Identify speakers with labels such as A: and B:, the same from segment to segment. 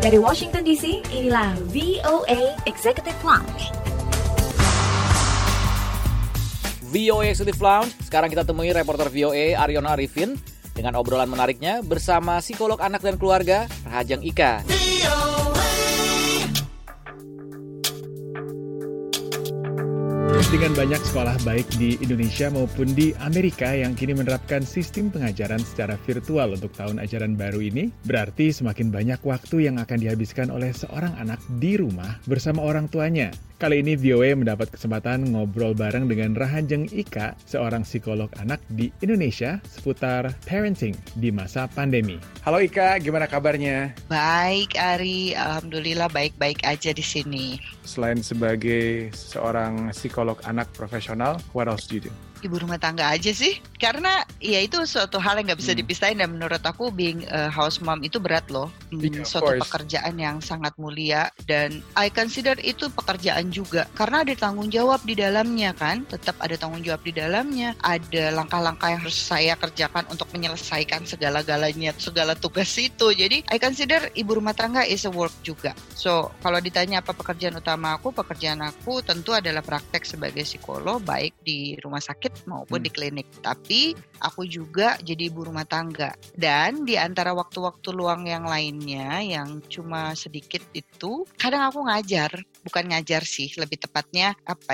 A: Dari Washington DC, inilah VOA Executive Lounge.
B: VOA Executive Lounge, sekarang kita temui reporter VOA Ariona Arifin dengan obrolan menariknya bersama psikolog anak dan keluarga Rahajeng Ika.
C: Dengan banyak sekolah baik di Indonesia maupun di Amerika yang kini menerapkan sistem pengajaran secara virtual untuk tahun ajaran baru ini, berarti semakin banyak waktu yang akan dihabiskan oleh seorang anak di rumah bersama orang tuanya. Kali ini VOA mendapat kesempatan ngobrol bareng dengan Rahajeng Ika, seorang psikolog anak di Indonesia seputar parenting di masa pandemi. Halo Ika, gimana kabarnya?
D: Baik Ari, alhamdulillah baik-baik aja di sini.
C: Selain sebagai seorang psikolog anak profesional, what else do you do?
D: Ibu rumah tangga aja sih, karena ya itu suatu hal yang nggak bisa dipisahin dan menurut aku being a house mom itu berat loh. Suatu pekerjaan yang sangat mulia dan I consider itu pekerjaan juga karena ada tanggung jawab di dalamnya kan, tetap ada tanggung jawab di dalamnya, ada langkah-langkah yang harus saya kerjakan untuk menyelesaikan segala-galanya, segala tugas itu. Jadi I consider ibu rumah tangga is a work juga. So kalau ditanya apa pekerjaan utama aku, pekerjaan aku tentu adalah praktek sebagai psikolog baik di rumah sakit maupun di klinik. Tapi aku juga jadi ibu rumah tangga. Dan di antara waktu-waktu luang yang lainnya yang cuma sedikit itu, kadang aku ngajar. Bukan ngajar sih, lebih tepatnya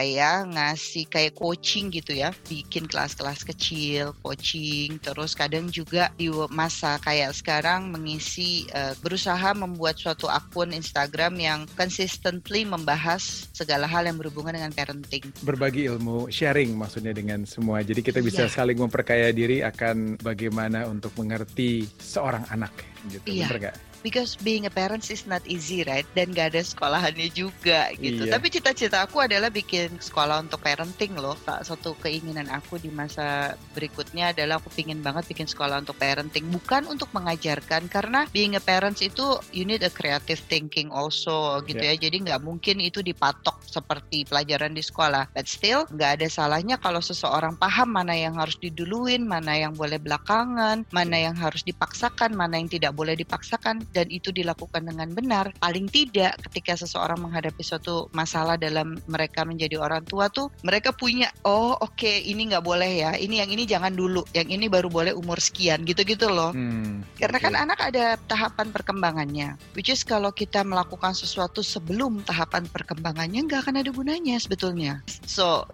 D: ngasih kayak coaching gitu ya. Bikin kelas-kelas kecil, coaching. Terus kadang juga di masa kayak sekarang mengisi, berusaha membuat suatu akun Instagram yang consistently membahas segala hal yang berhubungan dengan parenting.
C: Berbagi ilmu, sharing maksudnya dengan semua. Jadi kita bisa saling memperkaya diri akan bagaimana untuk mengerti seorang anak gitu. Benar gak?
D: Because being a parent is not easy, right? Dan gak ada sekolahannya juga gitu. Tapi cita-cita aku adalah bikin sekolah untuk parenting loh. Satu keinginan aku di masa berikutnya adalah aku pingin banget bikin sekolah untuk parenting. Bukan untuk mengajarkan, karena being a parent itu you need a creative thinking also gitu ya. Jadi gak mungkin itu dipatok seperti pelajaran di sekolah. But still, gak ada salahnya kalau seseorang paham mana yang harus diduluin, mana yang boleh belakangan, mana yang harus dipaksakan, mana yang tidak boleh dipaksakan. Dan itu dilakukan dengan benar. Paling tidak ketika seseorang menghadapi suatu masalah dalam mereka menjadi orang tua tuh, mereka punya, ini gak boleh ya, yang ini jangan dulu, yang ini baru boleh umur sekian, gitu-gitu loh. Karena kan anak ada tahapan perkembangannya, which is kalau kita melakukan sesuatu sebelum tahapan perkembangannya gak akan ada gunanya sebetulnya. So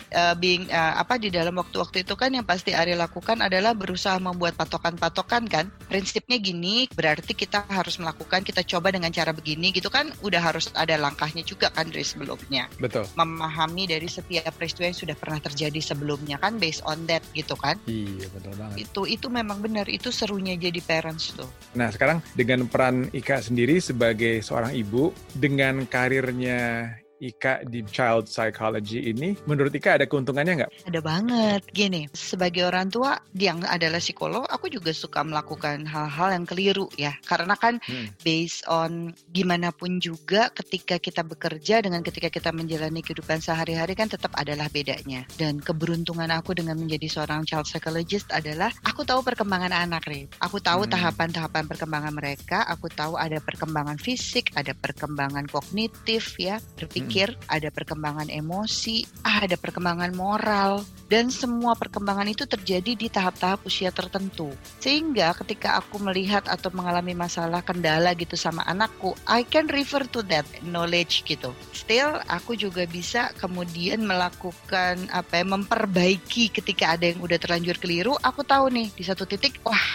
D: di dalam waktu-waktu itu kan yang pasti Ari lakukan adalah berusaha membuat patokan-patokan kan. Prinsipnya gini, berarti kita harus melakukan, kita coba dengan cara begini gitu kan, udah harus ada langkahnya juga kan dari sebelumnya.
C: Betul.
D: Memahami dari setiap peristiwa yang sudah pernah terjadi sebelumnya kan, based on that gitu kan.
C: Iya, betul banget.
D: Itu memang benar, itu serunya jadi parents tuh.
C: Nah sekarang dengan peran Ika sendiri sebagai seorang ibu, dengan karirnya Ika di child psychology ini, menurut Ika ada keuntungannya nggak?
D: Ada banget. Gini, sebagai orang tua yang adalah psikolog, aku juga suka melakukan hal-hal yang keliru ya. Karena kan based on gimana pun juga ketika kita bekerja dengan ketika kita menjalani kehidupan sehari-hari kan tetap adalah bedanya. Dan keberuntungan aku dengan menjadi seorang child psychologist adalah aku tahu perkembangan anak, Rip. Aku tahu tahapan-tahapan perkembangan mereka, aku tahu ada perkembangan fisik, ada perkembangan kognitif ya, berpikir, ada perkembangan emosi, ada perkembangan moral, dan semua perkembangan itu terjadi di tahap-tahap usia tertentu. Sehingga ketika aku melihat atau mengalami masalah kendala gitu sama anakku, I can refer to that knowledge gitu. Still, aku juga bisa kemudian melakukan memperbaiki ketika ada yang udah terlanjur keliru. Aku tahu nih di satu titik,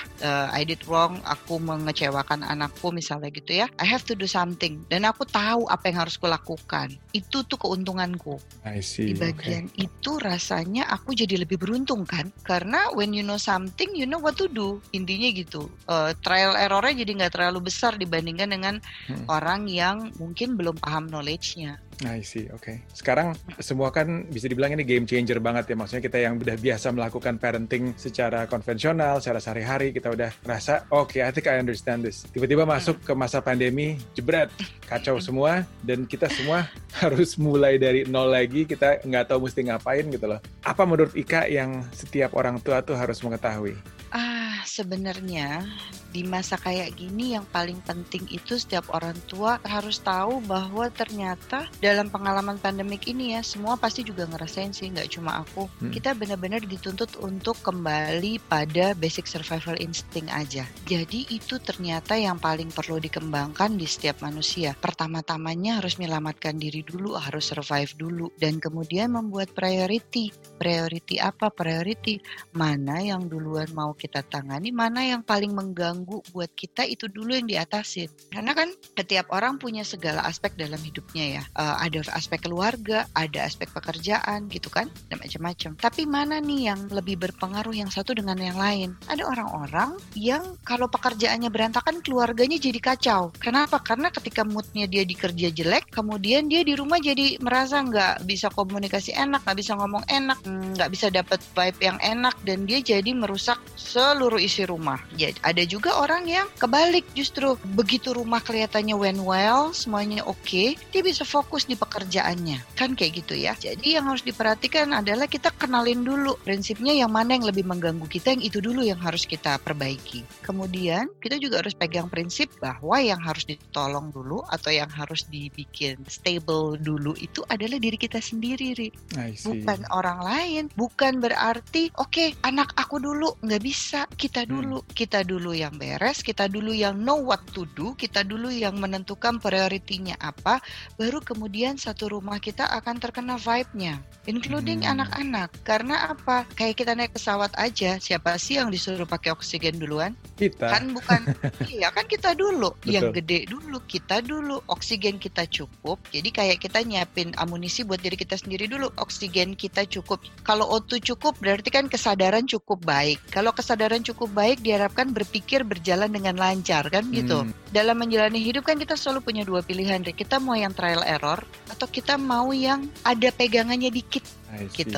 D: I did wrong, aku mengecewakan anakku misalnya gitu ya. I have to do something, dan aku tahu apa yang harus kulakukan. Itu tuh keuntunganku.
C: I see.
D: Di bagian itu rasanya aku jadi lebih beruntung kan, karena when you know something, you know what to do. Intinya gitu. Trial errornya jadi nggak terlalu besar dibandingkan dengan orang yang mungkin belum paham knowledge-nya.
C: I see, okay. Sekarang semua kan bisa dibilang ini game changer banget ya. Maksudnya kita yang udah biasa melakukan parenting secara konvensional, secara sehari-hari, kita udah rasa, okay, I think I understand this. Tiba-tiba masuk ke masa pandemi, jebret, kacau semua, dan kita semua harus mulai dari nol lagi, kita nggak tahu mesti ngapain gitu loh. Apa menurut Ika yang setiap orang tua tuh harus mengetahui?
D: sebenarnya di masa kayak gini yang paling penting itu setiap orang tua harus tahu bahwa ternyata dalam pengalaman pandemik ini ya, semua pasti juga ngerasain sih, nggak cuma aku. Kita benar-benar dituntut untuk kembali pada basic survival instinct aja. Jadi itu ternyata yang paling perlu dikembangkan di setiap manusia. Pertama-tamanya harus menyelamatkan diri dulu, harus survive dulu, dan kemudian membuat priority. Priority apa? Priority mana yang duluan mau kita tangani, mana yang paling mengganggu buat kita, itu dulu yang diatasin. Karena kan setiap orang punya segala aspek dalam hidupnya ya. Ada aspek keluarga, ada aspek pekerjaan gitu kan, dan macam-macam. Tapi mana nih yang lebih berpengaruh yang satu dengan yang lain? Ada orang-orang yang kalau pekerjaannya berantakan, keluarganya jadi kacau. Kenapa? Karena ketika moodnya dia di kerja jelek, kemudian dia di rumah jadi merasa nggak bisa komunikasi enak, nggak bisa ngomong enak, nggak bisa dapat vibe yang enak, dan dia jadi merusak seluruh isi rumah. Jadi ada juga orang yang kebalik, justru begitu rumah kelihatannya went well, semuanya oke, dia bisa fokus di pekerjaannya. Kan kayak gitu ya. Jadi yang harus diperhatikan adalah kita kenalin dulu prinsipnya yang mana yang lebih mengganggu kita, yang itu dulu yang harus kita perbaiki. Kemudian kita juga harus pegang prinsip bahwa yang harus ditolong dulu atau yang harus dibikin stable dulu itu adalah diri kita sendiri, Ri. Bukan orang lain. Bukan berarti oke, anak aku dulu, nggak bisa. Kita dulu yang beres, kita dulu yang know what to do, kita dulu yang menentukan prioritinya apa, baru kemudian satu rumah kita akan terkena vibe-nya, including anak-anak. Karena apa? Kayak kita naik pesawat aja, siapa sih yang disuruh pakai oksigen duluan?
C: Kita.
D: Kan bukan, iya kan kita dulu.
C: Betul.
D: Yang gede dulu, kita dulu. Oksigen kita cukup, jadi kayak kita nyiapin amunisi buat diri kita sendiri dulu. Oksigen kita cukup. Kalau O2 cukup, berarti kan kesadaran cukup baik. Kalau kesadaran cukup baik, diharapkan berpikir berjalan dengan lancar kan gitu. Dalam menjalani hidup kan kita selalu punya dua pilihan, Rik. Kita mau yang trial error atau kita mau yang ada pegangannya dikit gitu.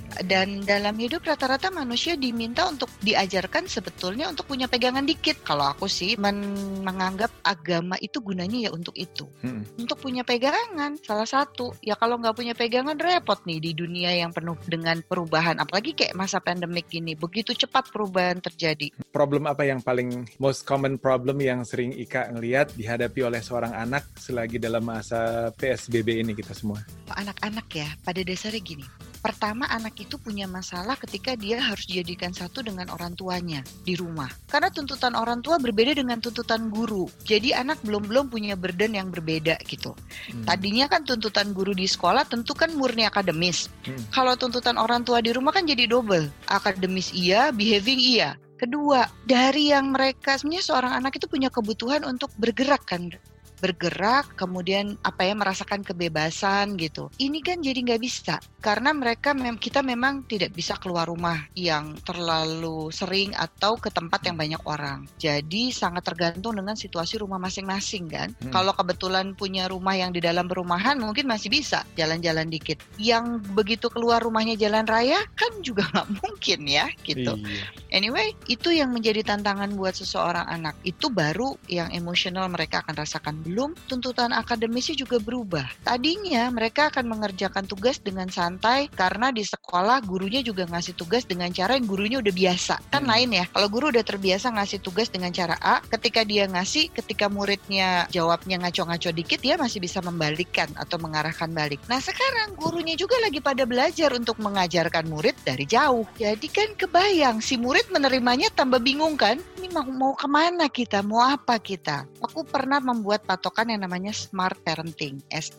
D: Dan dalam hidup rata-rata manusia diminta untuk diajarkan sebetulnya untuk punya pegangan dikit. Kalau aku sih menganggap agama itu gunanya ya untuk itu. Untuk punya pegangan, salah satu. Ya kalau nggak punya pegangan repot nih di dunia yang penuh dengan perubahan. Apalagi kayak masa pandemik ini, begitu cepat perubahan terjadi.
C: Problem apa yang paling most common problem yang sering Ika ngelihat dihadapi oleh seorang anak selagi dalam masa PSBB ini kita semua?
D: Anak-anak ya, pada dasarnya gini. Pertama, anak itu punya masalah ketika dia harus dijadikan satu dengan orang tuanya di rumah. Karena tuntutan orang tua berbeda dengan tuntutan guru. Jadi anak belum punya burden yang berbeda gitu. Tadinya kan tuntutan guru di sekolah tentu kan murni akademis. Kalau tuntutan orang tua di rumah kan jadi double. Akademis iya, behaving iya. Kedua, dari yang mereka, sebenarnya seorang anak itu punya kebutuhan untuk bergerak kan. Bergerak, kemudian merasakan kebebasan gitu. Ini kan jadi nggak bisa karena kita memang tidak bisa keluar rumah yang terlalu sering atau ke tempat yang banyak orang. Jadi sangat tergantung dengan situasi rumah masing-masing kan. Kalau kebetulan punya rumah yang di dalam perumahan mungkin masih bisa jalan-jalan dikit. Yang begitu keluar rumahnya jalan raya kan juga nggak mungkin ya gitu. Anyway, itu yang menjadi tantangan buat seseorang anak. Itu baru yang emosional mereka akan rasakan. Belum tuntutan akademisnya juga berubah. Tadinya mereka akan mengerjakan tugas dengan santai karena di sekolah gurunya juga ngasih tugas dengan cara yang gurunya udah biasa. Kan lain ya. Kalau guru udah terbiasa ngasih tugas dengan cara A, ketika dia ngasih, ketika muridnya jawabnya ngaco-ngaco dikit, dia masih bisa membalikkan atau mengarahkan balik. Nah sekarang gurunya juga lagi pada belajar untuk mengajarkan murid dari jauh. Jadi kan kebayang si murid menerimanya tambah bingung kan? Ini mau kemana kita? Mau apa kita? Aku pernah membuat patokan yang namanya smart parenting,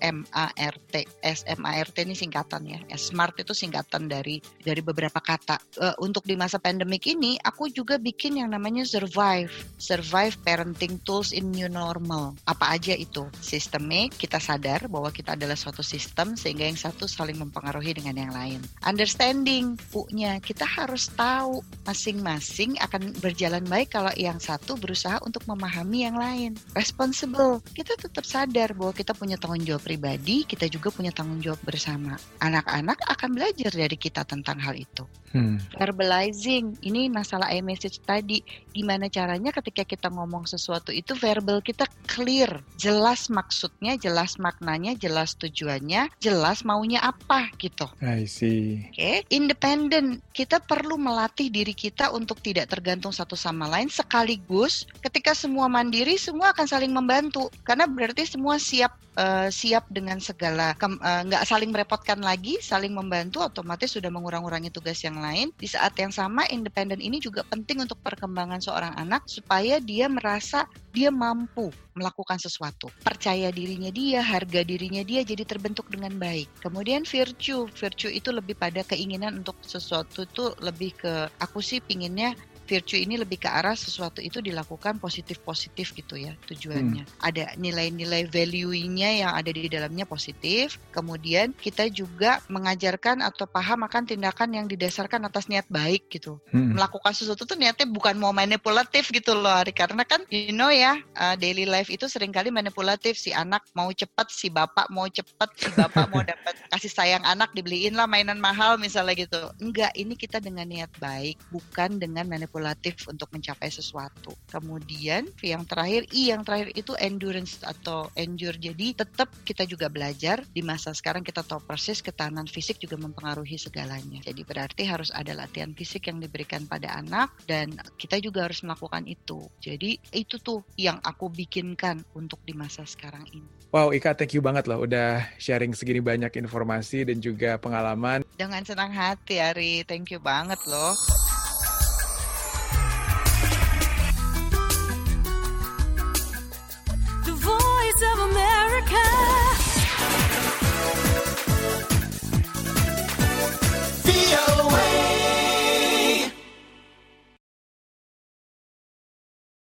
D: SMART. SMART ini singkatan ya. Smart itu singkatan dari beberapa kata. Untuk di masa pandemik ini, aku juga bikin yang namanya survive parenting tools in new normal. Apa aja itu? Sistemik, kita sadar bahwa kita adalah suatu sistem sehingga yang satu saling mempengaruhi dengan yang lain. Understanding, punya kita harus tahu masing-masing akan berjalan baik kalau yang satu berusaha untuk memahami yang lain. Responsible, kita tetap sadar bahwa kita punya tanggung jawab pribadi, kita juga punya tanggung jawab bersama. Anak-anak akan belajar dari kita tentang hal itu. Verbalizing, ini masalah iMessage tadi. Gimana caranya ketika kita ngomong sesuatu itu verbal kita clear, jelas maksudnya, jelas maknanya, jelas tujuannya, jelas maunya apa gitu.
C: I see.
D: Oke, independent. Kita perlu melatih diri kita untuk tidak tergantung satu sama lain, sekaligus ketika semua mandiri, semua akan saling membantu. Karena berarti semua siap dengan segala, nggak saling merepotkan lagi, saling membantu, otomatis sudah mengurangi tugas yang lain. Di saat yang sama, independen ini juga penting untuk perkembangan seorang anak supaya dia merasa dia mampu melakukan sesuatu. Percaya dirinya dia, harga dirinya dia jadi terbentuk dengan baik. Kemudian virtue itu lebih pada keinginan untuk sesuatu itu lebih ke, aku sih pinginnya virtue ini lebih ke arah sesuatu itu dilakukan positif-positif gitu ya tujuannya. Ada nilai-nilai value-nya yang ada di dalamnya positif. Kemudian kita juga mengajarkan atau paham akan tindakan yang didasarkan atas niat baik gitu. Melakukan sesuatu tuh niatnya bukan mau manipulatif gitu loh, Ari. Karena kan daily life itu seringkali manipulatif. Si anak mau cepat, si bapak mau cepat, si bapak mau dapat kasih sayang anak, dibeliin lah mainan mahal misalnya gitu. Enggak, ini kita dengan niat baik, bukan dengan manipulatif untuk mencapai sesuatu. Kemudian yang terakhir itu endurance atau endure. Jadi tetap kita juga belajar. Di masa sekarang kita tahu persis ketahanan fisik juga mempengaruhi segalanya. Jadi berarti harus ada latihan fisik yang diberikan pada anak dan kita juga harus melakukan itu. Jadi itu tuh yang aku bikinkan untuk di masa sekarang ini.
C: Wow, Ika, thank you banget loh udah sharing segini banyak informasi dan juga pengalaman.
D: Dengan senang hati, Ari. Thank you banget loh.